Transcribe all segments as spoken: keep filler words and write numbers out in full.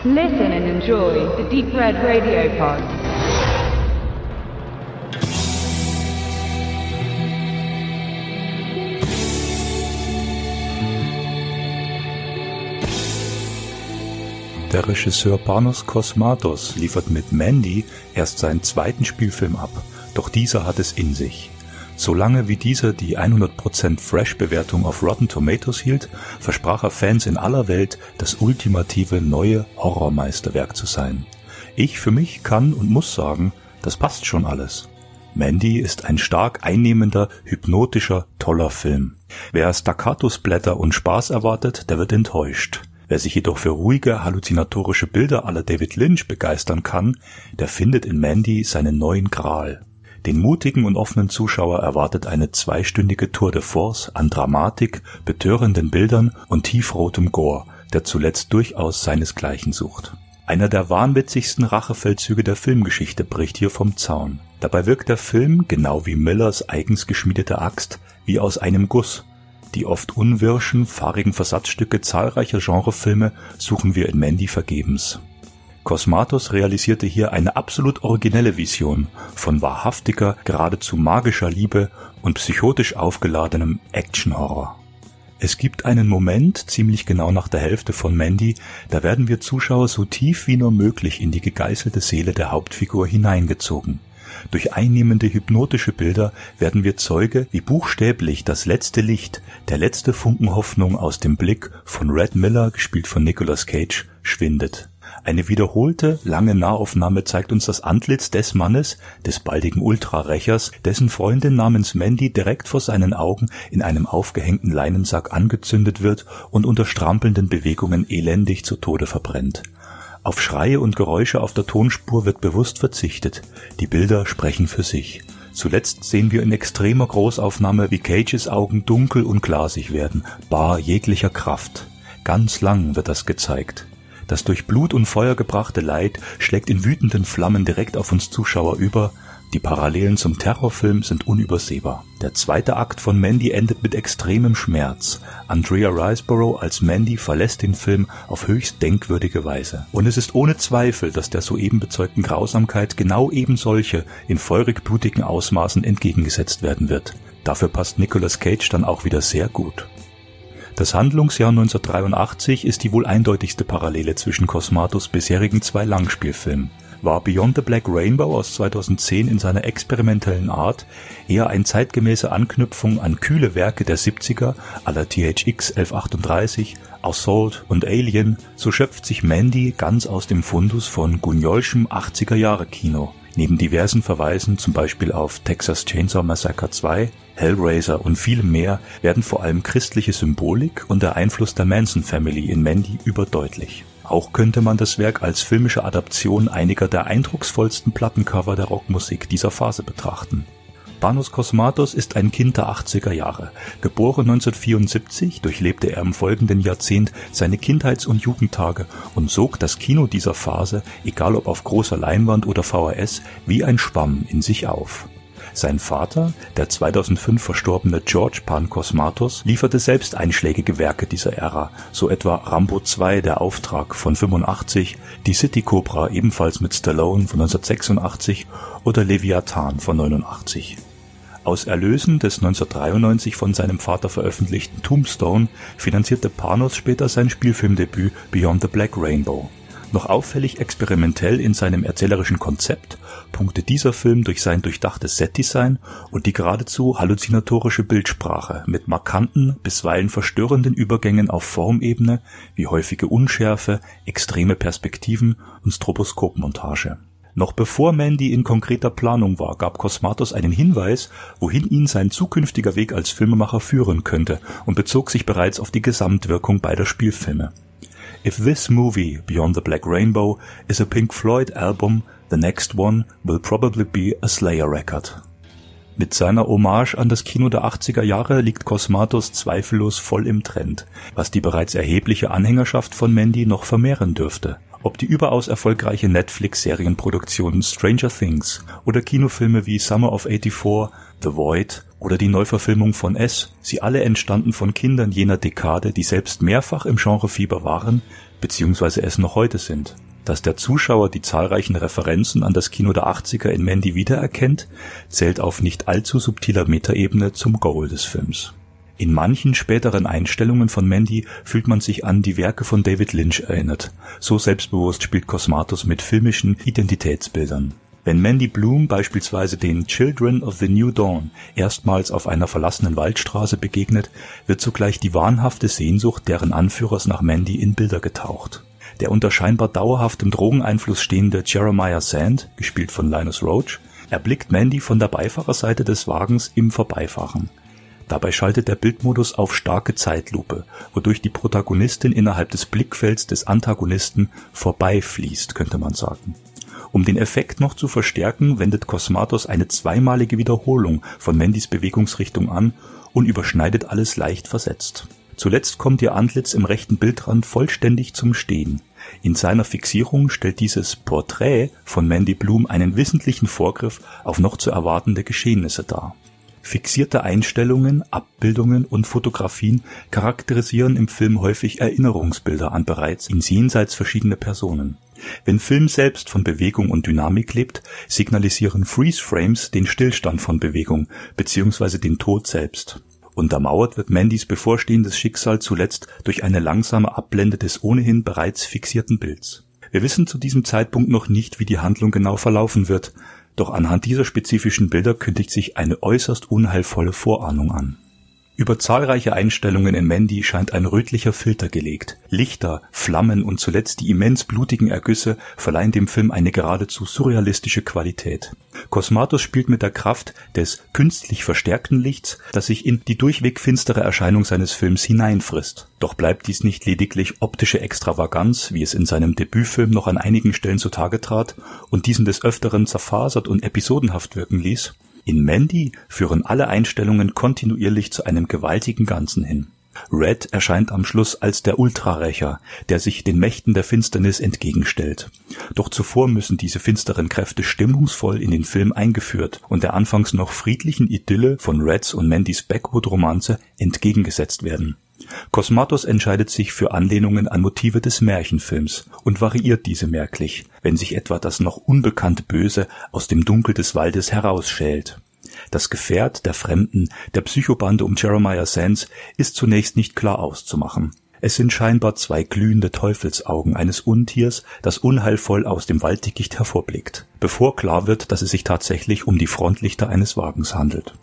Listen and enjoy the Deep Red Radio Pod. Der Regisseur Panos Cosmatos liefert mit Mandy erst seinen zweiten Spielfilm ab, doch dieser hat es in sich. Solange wie dieser die hundert Prozent Fresh-Bewertung auf Rotten Tomatoes hielt, versprach er Fans in aller Welt, das ultimative neue Horrormeisterwerk zu sein. Ich für mich kann und muss sagen, das passt schon alles. Mandy ist ein stark einnehmender, hypnotischer, toller Film. Wer Staccato-Splatter und Spaß erwartet, der wird enttäuscht. Wer sich jedoch für ruhige, halluzinatorische Bilder à la David Lynch begeistern kann, der findet in Mandy seinen neuen Gral. Den mutigen und offenen Zuschauer erwartet eine zweistündige Tour de Force an Dramatik, betörenden Bildern und tiefrotem Gore, der zuletzt durchaus seinesgleichen sucht. Einer der wahnwitzigsten Rachefeldzüge der Filmgeschichte bricht hier vom Zaun. Dabei wirkt der Film, genau wie Millers eigens geschmiedete Axt, wie aus einem Guss. Die oft unwirschen, fahrigen Versatzstücke zahlreicher Genrefilme suchen wir in Mandy vergebens. Cosmatos realisierte hier eine absolut originelle Vision von wahrhaftiger, geradezu magischer Liebe und psychotisch aufgeladenem Action-Horror. Es gibt einen Moment, ziemlich genau nach der Hälfte von Mandy, da werden wir Zuschauer so tief wie nur möglich in die gegeißelte Seele der Hauptfigur hineingezogen. Durch einnehmende hypnotische Bilder werden wir Zeuge, wie buchstäblich das letzte Licht, der letzte Funken Hoffnung aus dem Blick von Red Miller, gespielt von Nicolas Cage, schwindet. Eine wiederholte, lange Nahaufnahme zeigt uns das Antlitz des Mannes, des baldigen Ultrarächers, dessen Freundin namens Mandy direkt vor seinen Augen in einem aufgehängten Leinensack angezündet wird und unter strampelnden Bewegungen elendig zu Tode verbrennt. Auf Schreie und Geräusche auf der Tonspur wird bewusst verzichtet. Die Bilder sprechen für sich. Zuletzt sehen wir in extremer Großaufnahme, wie Cages Augen dunkel und glasig werden, bar jeglicher Kraft. Ganz lang wird das gezeigt. Das durch Blut und Feuer gebrachte Leid schlägt in wütenden Flammen direkt auf uns Zuschauer über. Die Parallelen zum Terrorfilm sind unübersehbar. Der zweite Akt von Mandy endet mit extremem Schmerz. Andrea Riseborough als Mandy verlässt den Film auf höchst denkwürdige Weise. Und es ist ohne Zweifel, dass der soeben bezeugten Grausamkeit genau eben solche in feurig blutigen Ausmaßen entgegengesetzt werden wird. Dafür passt Nicolas Cage dann auch wieder sehr gut. Das Handlungsjahr neunzehnhundertdreiundachtzig ist die wohl eindeutigste Parallele zwischen Cosmatos bisherigen zwei Langspielfilmen. War Beyond the Black Rainbow aus zweitausendzehn in seiner experimentellen Art eher eine zeitgemäße Anknüpfung an kühle Werke der siebziger à la T H X elf achtunddreißig, Assault und Alien, so schöpft sich Mandy ganz aus dem Fundus von Guignolschem achtziger-Jahre-Kino. Neben diversen Verweisen zum Beispiel auf Texas Chainsaw Massacre zwei, Hellraiser und vielem mehr werden vor allem christliche Symbolik und der Einfluss der Manson Family in Mandy überdeutlich. Auch könnte man das Werk als filmische Adaption einiger der eindrucksvollsten Plattencover der Rockmusik dieser Phase betrachten. Panos Cosmatos ist ein Kind der achtziger Jahre. Geboren neunzehnhundertvierundsiebzig, durchlebte er im folgenden Jahrzehnt seine Kindheits- und Jugendtage und sog das Kino dieser Phase, egal ob auf großer Leinwand oder V H S, wie ein Schwamm in sich auf. Sein Vater, der zweitausendfünf verstorbene George Pan Cosmatos, lieferte selbst einschlägige Werke dieser Ära, so etwa Rambo zwei, der Auftrag von fünfundachtzig, Die City Cobra ebenfalls mit Stallone von neunzehnhundertsechsundachtzig oder Leviathan von neunundachtzig. Aus Erlösen des neunzehnhundertdreiundneunzig von seinem Vater veröffentlichten Tombstone finanzierte Panos später sein Spielfilmdebüt Beyond the Black Rainbow. Noch auffällig experimentell in seinem erzählerischen Konzept punktet dieser Film durch sein durchdachtes Setdesign und die geradezu halluzinatorische Bildsprache mit markanten, bisweilen verstörenden Übergängen auf Formebene wie häufige Unschärfe, extreme Perspektiven und Stroboskopmontage. Noch bevor Mandy in konkreter Planung war, gab Cosmatos einen Hinweis, wohin ihn sein zukünftiger Weg als Filmemacher führen könnte und bezog sich bereits auf die Gesamtwirkung beider Spielfilme. If this movie, Beyond the Black Rainbow, is a Pink Floyd album, the next one will probably be a Slayer record. Mit seiner Hommage an das Kino der achtziger Jahre liegt Cosmatos zweifellos voll im Trend, was die bereits erhebliche Anhängerschaft von Mandy noch vermehren dürfte. Ob die überaus erfolgreiche Netflix-Serienproduktion Stranger Things oder Kinofilme wie Summer of eighty-four, The Void oder die Neuverfilmung von S. Sie alle entstanden von Kindern jener Dekade, die selbst mehrfach im Genrefieber waren, beziehungsweise es noch heute sind. Dass der Zuschauer die zahlreichen Referenzen an das Kino der achtziger in Mandy wiedererkennt, zählt auf nicht allzu subtiler Metaebene zum Goal des Films. In manchen späteren Einstellungen von Mandy fühlt man sich an die Werke von David Lynch erinnert. So selbstbewusst spielt Cosmatos mit filmischen Identitätsbildern. Wenn Mandy Bloom beispielsweise den Children of the New Dawn erstmals auf einer verlassenen Waldstraße begegnet, wird zugleich die wahnhafte Sehnsucht deren Anführers nach Mandy in Bilder getaucht. Der unter scheinbar dauerhaftem Drogeneinfluss stehende Jeremiah Sand, gespielt von Linus Roache, erblickt Mandy von der Beifahrerseite des Wagens im Vorbeifahren. Dabei schaltet der Bildmodus auf starke Zeitlupe, wodurch die Protagonistin innerhalb des Blickfelds des Antagonisten vorbeifließt, könnte man sagen. Um den Effekt noch zu verstärken, wendet Cosmatos eine zweimalige Wiederholung von Mandys Bewegungsrichtung an und überschneidet alles leicht versetzt. Zuletzt kommt ihr Antlitz im rechten Bildrand vollständig zum Stehen. In seiner Fixierung stellt dieses Porträt von Mandy Bloom einen wissentlichen Vorgriff auf noch zu erwartende Geschehnisse dar. Fixierte Einstellungen, Abbildungen und Fotografien charakterisieren im Film häufig Erinnerungsbilder an bereits in jenseits verschiedene Personen. Wenn Film selbst von Bewegung und Dynamik lebt, signalisieren Freeze-Frames den Stillstand von Bewegung bzw. den Tod selbst. Untermauert wird Mandys bevorstehendes Schicksal zuletzt durch eine langsame Abblende des ohnehin bereits fixierten Bilds. Wir wissen zu diesem Zeitpunkt noch nicht, wie die Handlung genau verlaufen wird, doch anhand dieser spezifischen Bilder kündigt sich eine äußerst unheilvolle Vorahnung an. Über zahlreiche Einstellungen in Mandy scheint ein rötlicher Filter gelegt. Lichter, Flammen und zuletzt die immens blutigen Ergüsse verleihen dem Film eine geradezu surrealistische Qualität. Cosmatos spielt mit der Kraft des künstlich verstärkten Lichts, das sich in die durchweg finstere Erscheinung seines Films hineinfrisst. Doch bleibt dies nicht lediglich optische Extravaganz, wie es in seinem Debütfilm noch an einigen Stellen zutage trat und diesen des Öfteren zerfasert und episodenhaft wirken ließ. In Mandy führen alle Einstellungen kontinuierlich zu einem gewaltigen Ganzen hin. Red erscheint am Schluss als der Ultrarächer, der sich den Mächten der Finsternis entgegenstellt. Doch zuvor müssen diese finsteren Kräfte stimmungsvoll in den Film eingeführt und der anfangs noch friedlichen Idylle von Reds und Mandys Backwood-Romanze entgegengesetzt werden. Cosmatos entscheidet sich für Anlehnungen an Motive des Märchenfilms und variiert diese merklich, wenn sich etwa das noch unbekannte Böse aus dem Dunkel des Waldes herausschält. Das Gefährt der Fremden, der Psychobande um Jeremiah Sands, ist zunächst nicht klar auszumachen. Es sind scheinbar zwei glühende Teufelsaugen eines Untiers, das unheilvoll aus dem Walddickicht hervorblickt, bevor klar wird, dass es sich tatsächlich um die Frontlichter eines Wagens handelt.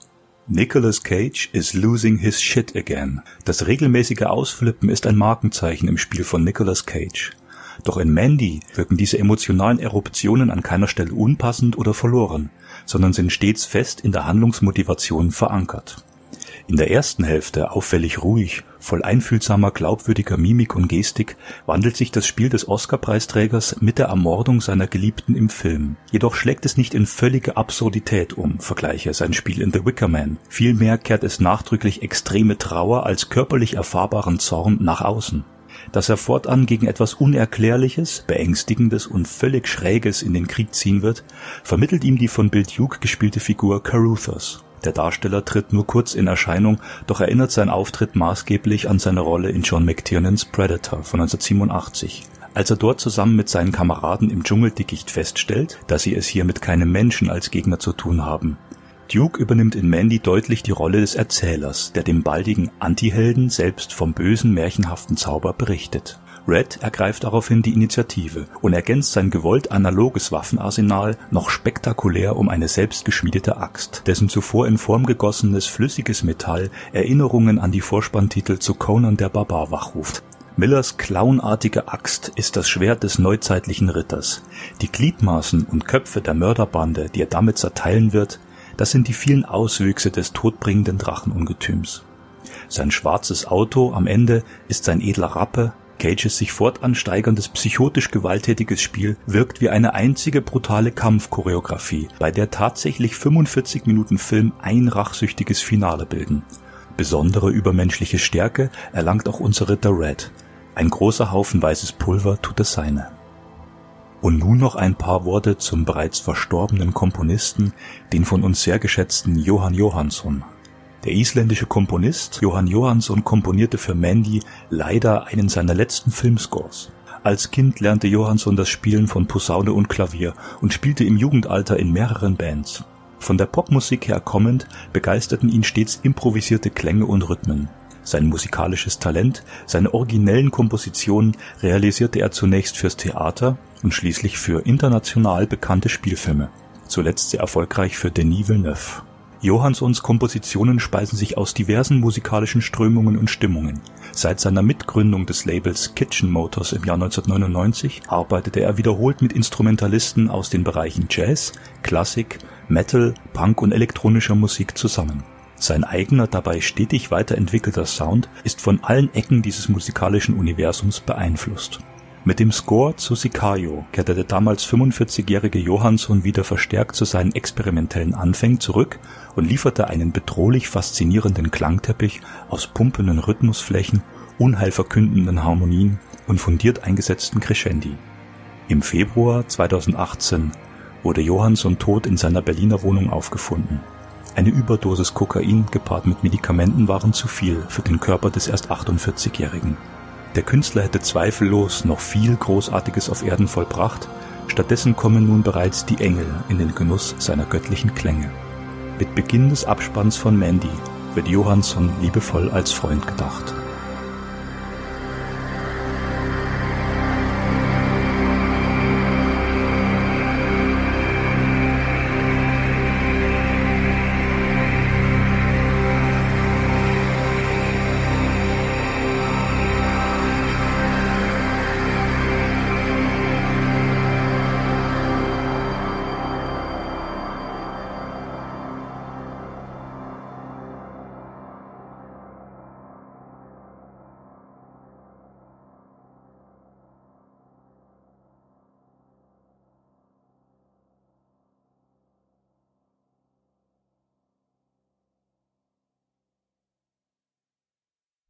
Nicolas Cage is losing his shit again. Das regelmäßige Ausflippen ist ein Markenzeichen im Spiel von Nicolas Cage. Doch in Mandy wirken diese emotionalen Eruptionen an keiner Stelle unpassend oder verloren, sondern sind stets fest in der Handlungsmotivation verankert. In der ersten Hälfte auffällig ruhig, voll einfühlsamer, glaubwürdiger Mimik und Gestik, wandelt sich das Spiel des Oscar-Preisträgers mit der Ermordung seiner Geliebten im Film. Jedoch schlägt es nicht in völlige Absurdität um, vergleiche sein Spiel in The Wicker Man. Vielmehr kehrt es nachdrücklich extreme Trauer als körperlich erfahrbaren Zorn nach außen. Dass er fortan gegen etwas Unerklärliches, Beängstigendes und völlig Schräges in den Krieg ziehen wird, vermittelt ihm die von Bill Duke gespielte Figur Caruthers. Der Darsteller tritt nur kurz in Erscheinung, doch erinnert sein Auftritt maßgeblich an seine Rolle in John McTiernans Predator von neunzehnhundertsiebenundachtzig. Als er dort zusammen mit seinen Kameraden im Dschungeldickicht feststellt, dass sie es hier mit keinem Menschen als Gegner zu tun haben. Duke übernimmt in Mandy deutlich die Rolle des Erzählers, der dem baldigen Antihelden selbst vom bösen, märchenhaften Zauber berichtet. Red ergreift daraufhin die Initiative und ergänzt sein gewollt analoges Waffenarsenal noch spektakulär um eine selbstgeschmiedete Axt, dessen zuvor in Form gegossenes flüssiges Metall Erinnerungen an die Vorspanntitel zu Conan der Barbar wachruft. Millers clownartige Axt ist das Schwert des neuzeitlichen Ritters. Die Gliedmaßen und Köpfe der Mörderbande, die er damit zerteilen wird, das sind die vielen Auswüchse des todbringenden Drachenungetüms. Sein schwarzes Auto am Ende ist sein edler Rappe. Cages sich fortan steigerndes psychotisch gewalttätiges Spiel wirkt wie eine einzige brutale Kampfchoreografie, bei der tatsächlich fünfundvierzig Minuten Film ein rachsüchtiges Finale bilden. Besondere übermenschliche Stärke erlangt auch unser Ritter Red. Ein großer Haufen weißes Pulver tut das seine. Und nun noch ein paar Worte zum bereits verstorbenen Komponisten, den von uns sehr geschätzten Jóhann Jóhannsson. Der isländische Komponist Jóhann Jóhannsson komponierte für Mandy leider einen seiner letzten Filmscores. Als Kind lernte Jóhannsson das Spielen von Posaune und Klavier und spielte im Jugendalter in mehreren Bands. Von der Popmusik her kommend begeisterten ihn stets improvisierte Klänge und Rhythmen. Sein musikalisches Talent, seine originellen Kompositionen realisierte er zunächst fürs Theater und schließlich für international bekannte Spielfilme, zuletzt sehr erfolgreich für Denis Villeneuve. Jóhannssons Kompositionen speisen sich aus diversen musikalischen Strömungen und Stimmungen. Seit seiner Mitgründung des Labels Kitchen Motors im Jahr neunzehnhundertneunundneunzig arbeitete er wiederholt mit Instrumentalisten aus den Bereichen Jazz, Klassik, Metal, Punk und elektronischer Musik zusammen. Sein eigener, dabei stetig weiterentwickelter Sound ist von allen Ecken dieses musikalischen Universums beeinflusst. Mit dem Score zu Sicario kehrte der damals fünfundvierzigjährige Jóhannsson wieder verstärkt zu seinen experimentellen Anfängen zurück und lieferte einen bedrohlich faszinierenden Klangteppich aus pumpenden Rhythmusflächen, unheilverkündenden Harmonien und fundiert eingesetzten Crescendi. Im Februar zweitausendachtzehn wurde Jóhannsson tot in seiner Berliner Wohnung aufgefunden. Eine Überdosis Kokain gepaart mit Medikamenten waren zu viel für den Körper des erst achtundvierzigjährigen. Der Künstler hätte zweifellos noch viel Großartiges auf Erden vollbracht, stattdessen kommen nun bereits die Engel in den Genuss seiner göttlichen Klänge. Mit Beginn des Abspanns von Mandy wird Jóhannsson liebevoll als Freund gedacht.